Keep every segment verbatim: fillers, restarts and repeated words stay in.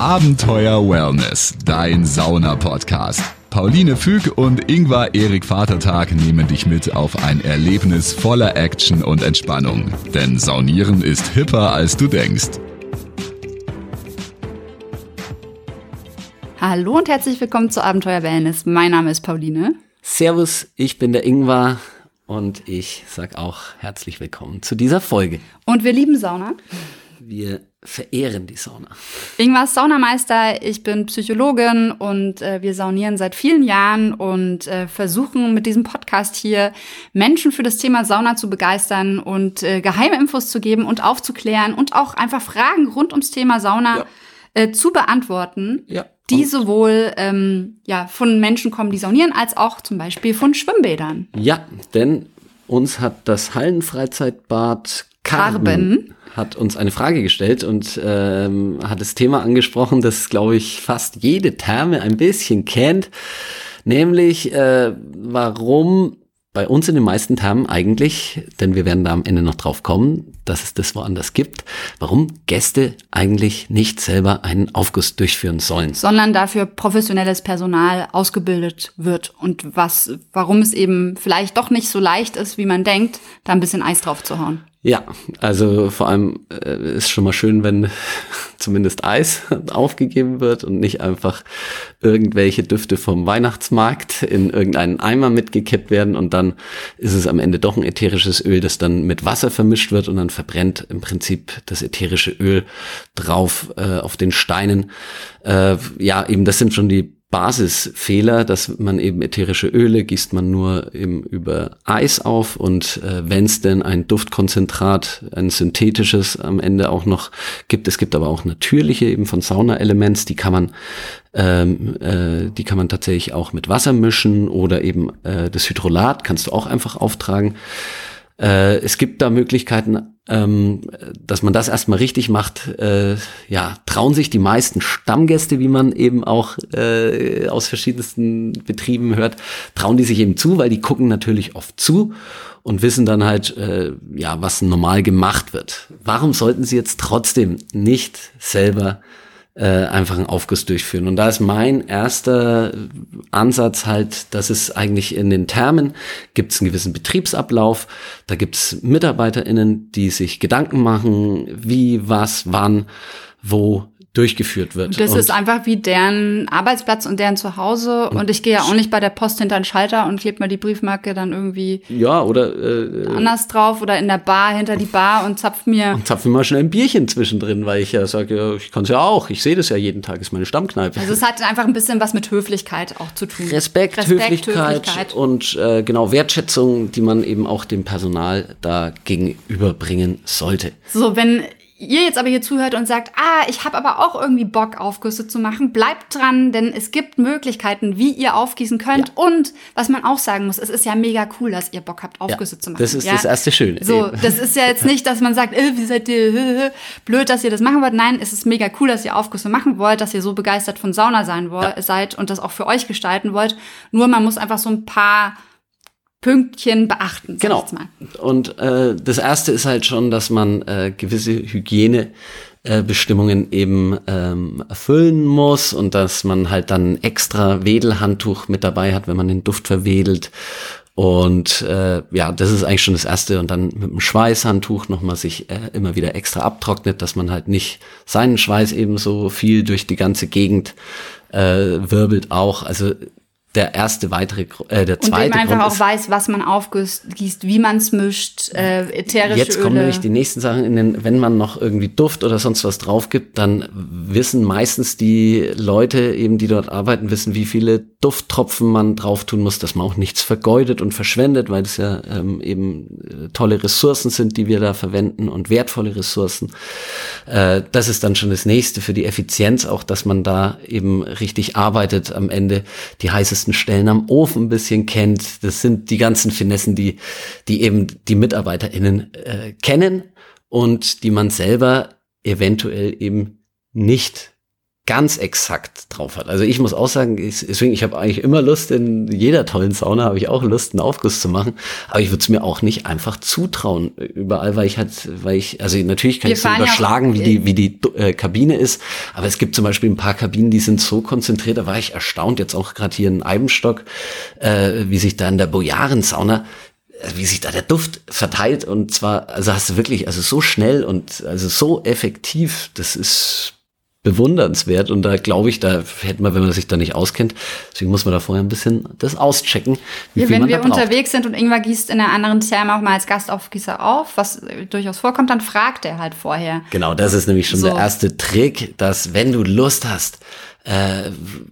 Abenteuer Wellness, dein Sauna-Podcast. Pauline Füg und Ingvar Erik Vatertag nehmen dich mit auf ein Erlebnis voller Action und Entspannung. Denn Saunieren ist hipper, als du denkst. Hallo und herzlich willkommen zu Abenteuer Wellness. Mein Name ist Pauline. Servus, ich bin der Ingvar und ich sag auch herzlich willkommen zu dieser Folge. Und wir lieben Sauna. Wir verehren die Sauna. Ingvar ist Saunameister, ich bin Psychologin und äh, wir saunieren seit vielen Jahren und äh, versuchen mit diesem Podcast hier Menschen für das Thema Sauna zu begeistern und äh, geheime Infos zu geben und aufzuklären und auch einfach Fragen rund ums Thema Sauna ja. äh, zu beantworten, ja. die sowohl ähm, ja, von Menschen kommen, die saunieren, als auch zum Beispiel von Schwimmbädern. Ja, denn uns hat das Hallenfreizeitbad Karben, Karben hat uns eine Frage gestellt und ähm, hat das Thema angesprochen, das, glaube ich, fast jede Therme ein bisschen kennt, nämlich äh, warum bei uns in den meisten Thermen eigentlich, denn wir werden da am Ende noch drauf kommen, dass es das woanders gibt, warum Gäste eigentlich nicht selber einen Aufguss durchführen sollen. Sondern dafür professionelles Personal ausgebildet wird und was, warum es eben vielleicht doch nicht so leicht ist, wie man denkt, da ein bisschen Eis drauf zu hauen. Ja, also vor allem äh, ist schon mal schön, wenn zumindest Eis aufgegeben wird und nicht einfach irgendwelche Düfte vom Weihnachtsmarkt in irgendeinen Eimer mitgekippt werden und dann ist es am Ende doch ein ätherisches Öl, das dann mit Wasser vermischt wird und dann verbrennt im Prinzip das ätherische Öl drauf äh, auf den Steinen. Äh, ja, eben das sind schon die Basisfehler, dass man eben ätherische Öle gießt man nur eben über Eis auf und äh, wenn es denn ein Duftkonzentrat, ein synthetisches am Ende auch noch gibt, es gibt aber auch natürliche eben von Sauna-Elements, die kann man ähm, äh, die kann man tatsächlich auch mit Wasser mischen oder eben äh, das Hydrolat kannst du auch einfach auftragen. Äh, es gibt da Möglichkeiten, ähm, dass man das erstmal richtig macht. Äh, ja, trauen sich die meisten Stammgäste, wie man eben auch äh, aus verschiedensten Betrieben hört, trauen die sich eben zu, weil die gucken natürlich oft zu und wissen dann halt, äh, ja, was normal gemacht wird. Warum sollten sie jetzt trotzdem nicht selber Äh, einfach einen Aufguss durchführen? Und da ist mein erster Ansatz halt, dass es eigentlich in den Thermen gibt es einen gewissen Betriebsablauf, da gibt es MitarbeiterInnen, die sich Gedanken machen, wie, was, wann, wo durchgeführt wird. Das und ist einfach wie deren Arbeitsplatz und deren Zuhause und, und ich gehe ja auch nicht bei der Post hinter den Schalter und klebe mal die Briefmarke dann irgendwie ja, oder, äh, anders drauf oder in der Bar hinter die Bar und zapf mir und zapf mir mal schnell ein Bierchen zwischendrin, weil ich ja sage, ja, ich kann es ja auch, ich sehe das ja jeden Tag, ist meine Stammkneipe. Also es hat einfach ein bisschen was mit Höflichkeit auch zu tun. Respekt, Respekt Höflichkeit, Höflichkeit und äh, genau Wertschätzung, die man eben auch dem Personal da gegenüberbringen sollte. So, wenn ihr jetzt aber hier zuhört und sagt, ah, ich habe aber auch irgendwie Bock, Aufgüsse zu machen, bleibt dran, denn es gibt Möglichkeiten, wie ihr aufgießen könnt. Ja. Und was man auch sagen muss, es ist ja mega cool, dass ihr Bock habt, Aufgüsse ja, zu machen. Das ist ja? das erste Schöne. So, eben. Das ist ja jetzt nicht, dass man sagt, äh, wie seid ihr blöd, dass ihr das machen wollt. Nein, es ist mega cool, dass ihr Aufgüsse machen wollt, dass ihr so begeistert von Sauna sein wollt, ja. seid und das auch für euch gestalten wollt. Nur man muss einfach so ein paar Pünktchen beachten. Sag genau. Ich jetzt mal. Und äh, das erste ist halt schon, dass man äh, gewisse Hygiene äh, Bestimmungen eben ähm, erfüllen muss und dass man halt dann ein extra Wedelhandtuch mit dabei hat, wenn man den Duft verwedelt. Und äh, ja, das ist eigentlich schon das Erste. Und dann mit dem Schweißhandtuch nochmal sich äh, immer wieder extra abtrocknet, dass man halt nicht seinen Schweiß eben so viel durch die ganze Gegend äh, wirbelt auch. Also der erste weitere, äh, der zweite Und dem einfach Grund auch ist, weiß, was man aufgießt, wie man es mischt, äh, ätherische jetzt Öle. kommen nämlich die nächsten Sachen in den, wenn man noch irgendwie Duft oder sonst was drauf gibt, dann wissen meistens die Leute eben, die dort arbeiten, wissen, wie viele Dufttropfen man drauf tun muss, dass man auch nichts vergeudet und verschwendet, weil das ja ähm, eben äh, tolle Ressourcen sind, die wir da verwenden und wertvolle Ressourcen. Äh, das ist dann schon das Nächste für die Effizienz, auch dass man da eben richtig arbeitet am Ende, die heißesten Stellen am Ofen ein bisschen kennt. Das sind die ganzen Finessen, die die eben die MitarbeiterInnen äh, kennen und die man selber eventuell eben nicht ganz exakt drauf hat. Also ich muss auch sagen, ich, deswegen, ich habe eigentlich immer Lust, in jeder tollen Sauna habe ich auch Lust, einen Aufguss zu machen, aber ich würde es mir auch nicht einfach zutrauen, überall, weil ich halt, weil ich, also natürlich kann ich so überschlagen, ja, wie die, wie die äh, Kabine ist, aber es gibt zum Beispiel ein paar Kabinen, die sind so konzentriert, da war ich erstaunt, jetzt auch gerade hier in Eibenstock, äh, wie sich da in der Bojaren-Sauna wie sich da der Duft verteilt und zwar, also hast du wirklich, also so schnell und also so effektiv, das ist bewundernswert und da glaube ich, da hätte man, wenn man sich da nicht auskennt, deswegen muss man da vorher ein bisschen das auschecken, wie ja, viel wenn man wir da braucht. unterwegs sind und Ingwer gießt in einer anderen Therme auch mal als Gastaufgießer auf, was durchaus vorkommt, dann fragt er halt vorher. Genau, das ist nämlich schon so der erste Trick, dass wenn du Lust hast, Äh,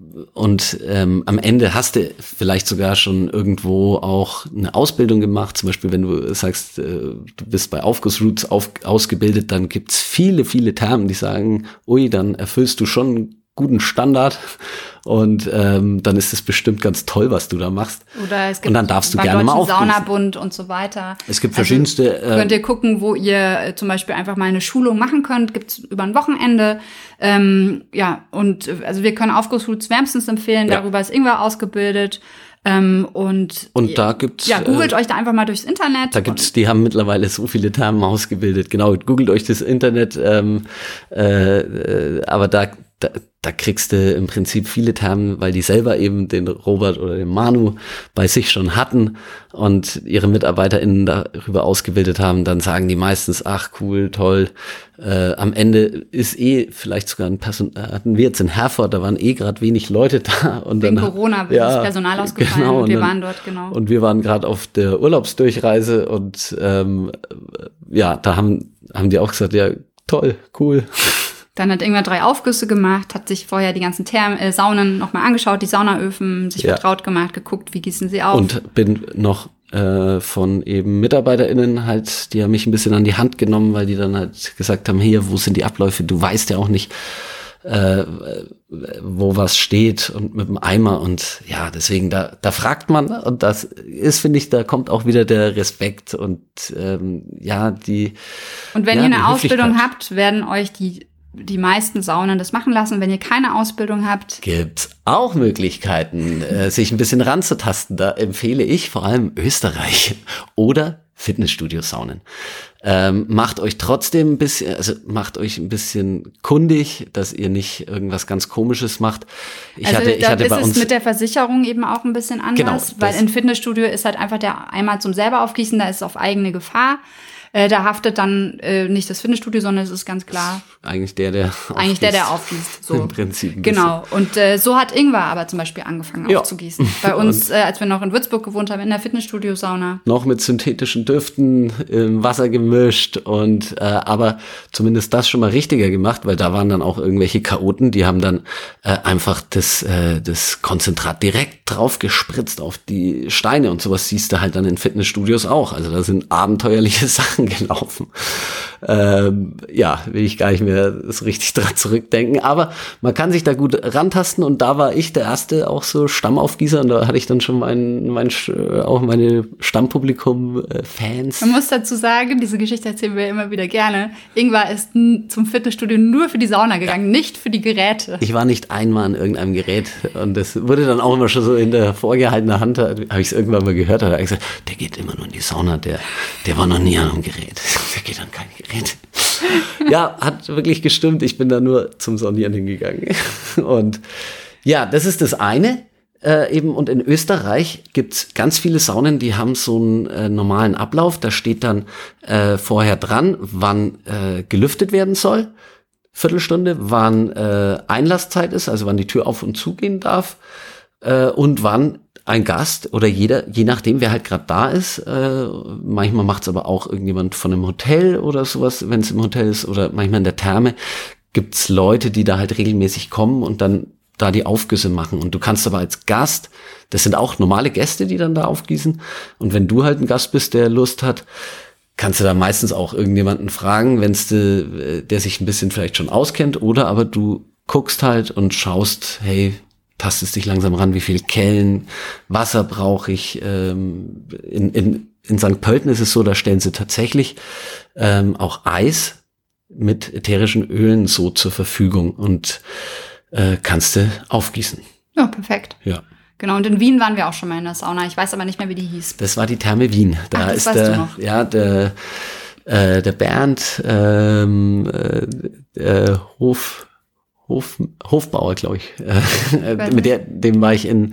und ähm, am Ende hast du vielleicht sogar schon irgendwo auch eine Ausbildung gemacht. Zum Beispiel, wenn du sagst, äh, du bist bei Aufgussroots auf, ausgebildet, dann gibt's viele, viele Thermen, die sagen, ui, dann erfüllst du schon einen guten Standard und ähm, dann ist es bestimmt ganz toll, was du da machst. Oder es gibt und dann darfst du gerne mal aufgießen. Saunabund und so weiter. Es gibt verschiedenste. Also könnt ihr gucken, wo ihr äh, zum Beispiel einfach mal eine Schulung machen könnt. Gibt's über ein Wochenende. Ähm, ja, und äh, also wir können Aufgussroots wärmstens empfehlen. Ja. Darüber ist Ingwer ausgebildet. Ähm, und und da gibt's ja, googelt äh, euch da einfach mal durchs Internet. Da gibt's, die haben mittlerweile so viele Thermen ausgebildet. Genau, googelt euch das Internet. Ähm, äh, äh, aber da Da, da kriegst du im Prinzip viele Thermen, weil die selber eben den Robert oder den Manu bei sich schon hatten und ihre MitarbeiterInnen darüber ausgebildet haben, dann sagen die meistens, ach cool, toll. Äh, am Ende ist eh vielleicht sogar ein Person, hatten wir jetzt in Herford, da waren eh gerade wenig Leute da. Und Wegen dann, Corona ist ja, das Personal ausgefallen genau, und wir und dann, waren dort, genau. Und wir waren gerade auf der Urlaubsdurchreise und ähm, ja, da haben, haben die auch gesagt, ja, toll, cool. Dann hat Ingwer drei Aufgüsse gemacht, hat sich vorher die ganzen Thermen, äh, Saunen nochmal angeschaut, die Saunaöfen, sich ja. vertraut gemacht, geguckt, wie gießen sie auf. Und bin noch äh, von eben MitarbeiterInnen halt, die haben mich ein bisschen an die Hand genommen, weil die dann halt gesagt haben, hier, wo sind die Abläufe? Du weißt ja auch nicht, äh, wo was steht und mit dem Eimer und ja, deswegen, da, da fragt man und das ist, finde ich, da kommt auch wieder der Respekt und ähm, ja, die Und wenn ja, ihr eine Ausbildung habt, werden euch die die meisten Saunen das machen lassen. Wenn ihr keine Ausbildung habt, gibt's auch Möglichkeiten, äh, sich ein bisschen ranzutasten. Da empfehle ich vor allem Österreich oder Fitnessstudio-Saunen. Ähm, macht euch trotzdem ein bisschen, also macht euch ein bisschen kundig, dass ihr nicht irgendwas ganz Komisches macht. Ich also hatte, ich da hatte ist bei uns es mit der Versicherung eben auch ein bisschen anders, genau, weil im Fitnessstudio ist halt einfach der Eimer zum selber aufgießen, da ist es auf eigene Gefahr. Äh, da haftet dann äh, nicht das Fitnessstudio, sondern es ist ganz klar eigentlich der, der aufgießt. Eigentlich der, der aufgießt. So. Im Prinzip. Ein genau. Und äh, so hat Ingwer aber zum Beispiel angefangen ja. aufzugießen. Bei uns, äh, als wir noch in Würzburg gewohnt haben, in der Fitnessstudio-Sauna. Noch mit synthetischen Düften im Wasser gemischt und äh, aber zumindest das schon mal richtiger gemacht, weil da waren dann auch irgendwelche Chaoten, die haben dann äh, einfach das, äh, das Konzentrat direkt drauf gespritzt auf die Steine und sowas siehst du halt dann in Fitnessstudios auch. Also da sind abenteuerliche Sachen gelaufen. Ähm, ja, will ich gar nicht mehr so richtig dran zurückdenken, aber man kann sich da gut rantasten und da war ich der erste auch so Stammaufgießer und da hatte ich dann schon mein, mein auch meine Stammpublikum äh, Fans. Man muss dazu sagen, diese Geschichte erzählen wir immer wieder gerne. Ingwer ist n- zum Fitnessstudio nur für die Sauna gegangen, ja. nicht für die Geräte. Ich war nicht einmal an irgendeinem Gerät und das wurde dann auch immer schon so in der vorgehaltenen Hand, habe ich es irgendwann mal gehört, da habe ich gesagt, der geht immer nur in die Sauna, der, der war noch nie an einem Gerät. Der geht an kein Gerät. Ja, hat wirklich gestimmt. Ich bin da nur zum Saunieren hingegangen. Und ja, das ist das eine. Äh, eben und in Österreich gibt's ganz viele Saunen, die haben so einen äh, normalen Ablauf. Da steht dann äh, vorher dran, wann äh, gelüftet werden soll. Viertelstunde, wann äh, Einlasszeit ist, also wann die Tür auf und zugehen darf. Äh, und wann ein Gast oder jeder, je nachdem, wer halt gerade da ist, äh, manchmal macht's aber auch irgendjemand von einem Hotel oder sowas, wenn es im Hotel ist, oder manchmal in der Therme, gibt's Leute, die da halt regelmäßig kommen und dann da die Aufgüsse machen. Und du kannst aber als Gast, das sind auch normale Gäste, die dann da aufgießen, und wenn du halt ein Gast bist, der Lust hat, kannst du da meistens auch irgendjemanden fragen, wenn's de, der sich ein bisschen vielleicht schon auskennt, oder aber du guckst halt und schaust, hey, tastest dich langsam ran, wie viel Kellen, Wasser brauche ich. Ähm, in, in, in Sankt Pölten ist es so, da stellen sie tatsächlich ähm, auch Eis mit ätherischen Ölen so zur Verfügung. Und äh, kannst du aufgießen. Ja, perfekt. Ja. Genau, und in Wien waren wir auch schon mal in der Sauna. Ich weiß aber nicht mehr, wie die hieß. Das war die Therme Wien. Da Ach, das ist weißt der, du noch. ja, der, äh, der Bernd, ähm, äh, äh, Hof, Hof, Hofbauer, glaube ich. Äh, mit der, dem war ich in,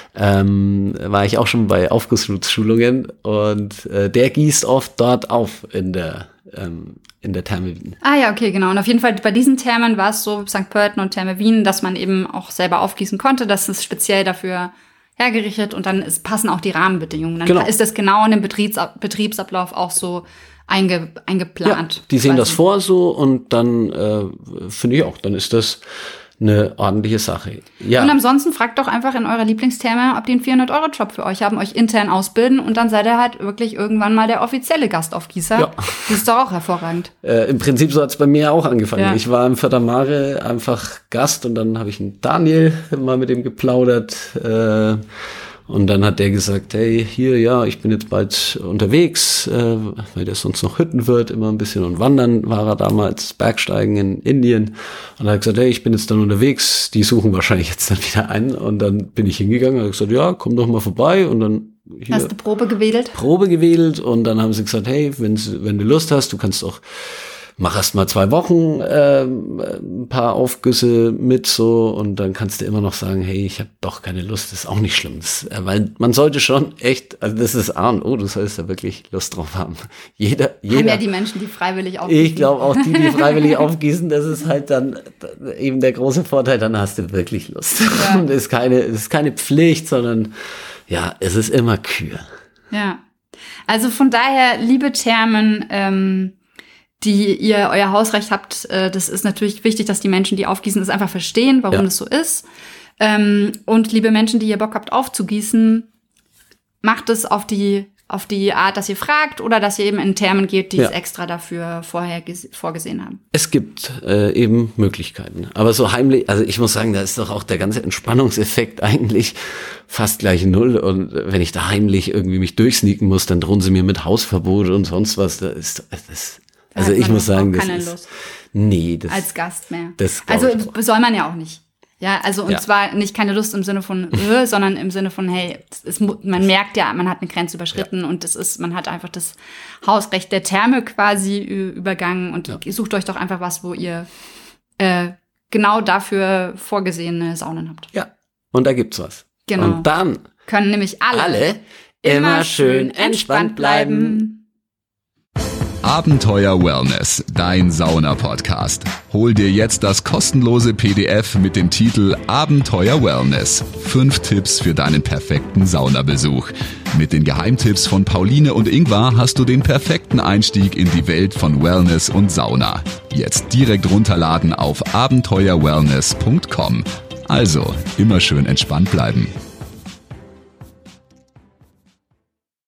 ähm, war ich auch schon bei Aufgussschulungen und äh, der gießt oft dort auf in der, ähm, in der Therme Wien. Ah ja, okay, genau. Und auf jeden Fall bei diesen Thermen war es so, Sankt Pölten und Therme Wien, dass man eben auch selber aufgießen konnte. Das ist speziell dafür hergerichtet und dann ist, passen auch die Rahmenbedingungen. Dann genau. ist das genau in dem Betriebsab- Betriebsablauf auch so einge- eingeplant. Ja, die sehen quasi. das vor so und dann äh, finde ich auch, dann ist das eine ordentliche Sache. Ja. Und ansonsten fragt doch einfach in eurer Lieblingstherme, ob die einen vierhundert-Euro-Job für euch haben, euch intern ausbilden und dann seid ihr halt wirklich irgendwann mal der offizielle Gastaufgießer. Ja. Das ist doch auch hervorragend. Äh, Im Prinzip so hat's bei mir auch angefangen. Ja. Ich war im Fördermare einfach Gast und dann habe ich einen Daniel mal mit dem geplaudert. Äh, und dann hat der gesagt, hey, hier, ja, ich bin jetzt bald unterwegs, äh, weil der sonst noch Hüttenwirt, immer ein bisschen und wandern war er damals, Bergsteigen in Indien. Und er hat gesagt, hey, ich bin jetzt dann unterwegs, die suchen wahrscheinlich jetzt dann wieder einen. Und dann bin ich hingegangen und habe gesagt, ja, komm doch mal vorbei und dann hier Hast du Probe gewedelt? Probe gewedelt und dann haben sie gesagt, hey, wenn, wenn du Lust hast, du kannst auch, mach erst mal zwei Wochen äh, ein paar Aufgüsse mit so und dann kannst du immer noch sagen, hey, ich habe doch keine Lust, das ist auch nicht schlimm. Das, äh, weil man sollte schon echt, also das ist A und O, du sollst da wirklich Lust drauf haben. Jeder, jeder. Haben ja die Menschen, die freiwillig aufgießen. Ich glaube auch die, die freiwillig aufgießen, das ist halt dann eben der große Vorteil, dann hast du wirklich Lust. Ja. Und es ist keine, es ist keine Pflicht, sondern ja, es ist immer Kür. Ja. Also von daher, liebe Thermen, ähm, die ihr euer Hausrecht habt, äh, das ist natürlich wichtig, dass die Menschen, die aufgießen, das einfach verstehen, warum Ja. das so ist. Ähm, und liebe Menschen, die ihr Bock habt aufzugießen, macht es auf die auf die Art, dass ihr fragt oder dass ihr eben in Thermen geht, die Ja. es extra dafür vorher ges- vorgesehen haben. Es gibt äh, eben Möglichkeiten. Aber so heimlich, also ich muss sagen, da ist doch auch der ganze Entspannungseffekt eigentlich fast gleich null. Und wenn ich da heimlich irgendwie mich durchsneaken muss, dann drohen sie mir mit Hausverbot und sonst was. Da ist das. Da Also hat ich man muss auch sagen, das keine ist Lust. nee, das Als Gast mehr. Das glaub also ich auch. soll man ja auch nicht. Ja, also und Ja. zwar nicht keine Lust im Sinne von, äh, sondern im Sinne von, hey, es ist, man merkt ja, man hat eine Grenze überschritten und es ist, man hat einfach das Hausrecht der Therme quasi ü- übergangen und Ja. sucht euch doch einfach was, wo ihr äh, genau dafür vorgesehene Saunen habt. ja. Und da gibt's was. Genau. Und dann Können nämlich alle, alle immer schön entspannt bleiben. Abenteuer Wellness, dein Sauna-Podcast. Hol dir jetzt das kostenlose P D F mit dem Titel Abenteuer Wellness. Fünf Tipps für deinen perfekten Saunabesuch. Mit den Geheimtipps von Pauline und Ingvar hast du den perfekten Einstieg in die Welt von Wellness und Sauna. Jetzt direkt runterladen auf abenteuer wellness punkt com. Also, immer schön entspannt bleiben.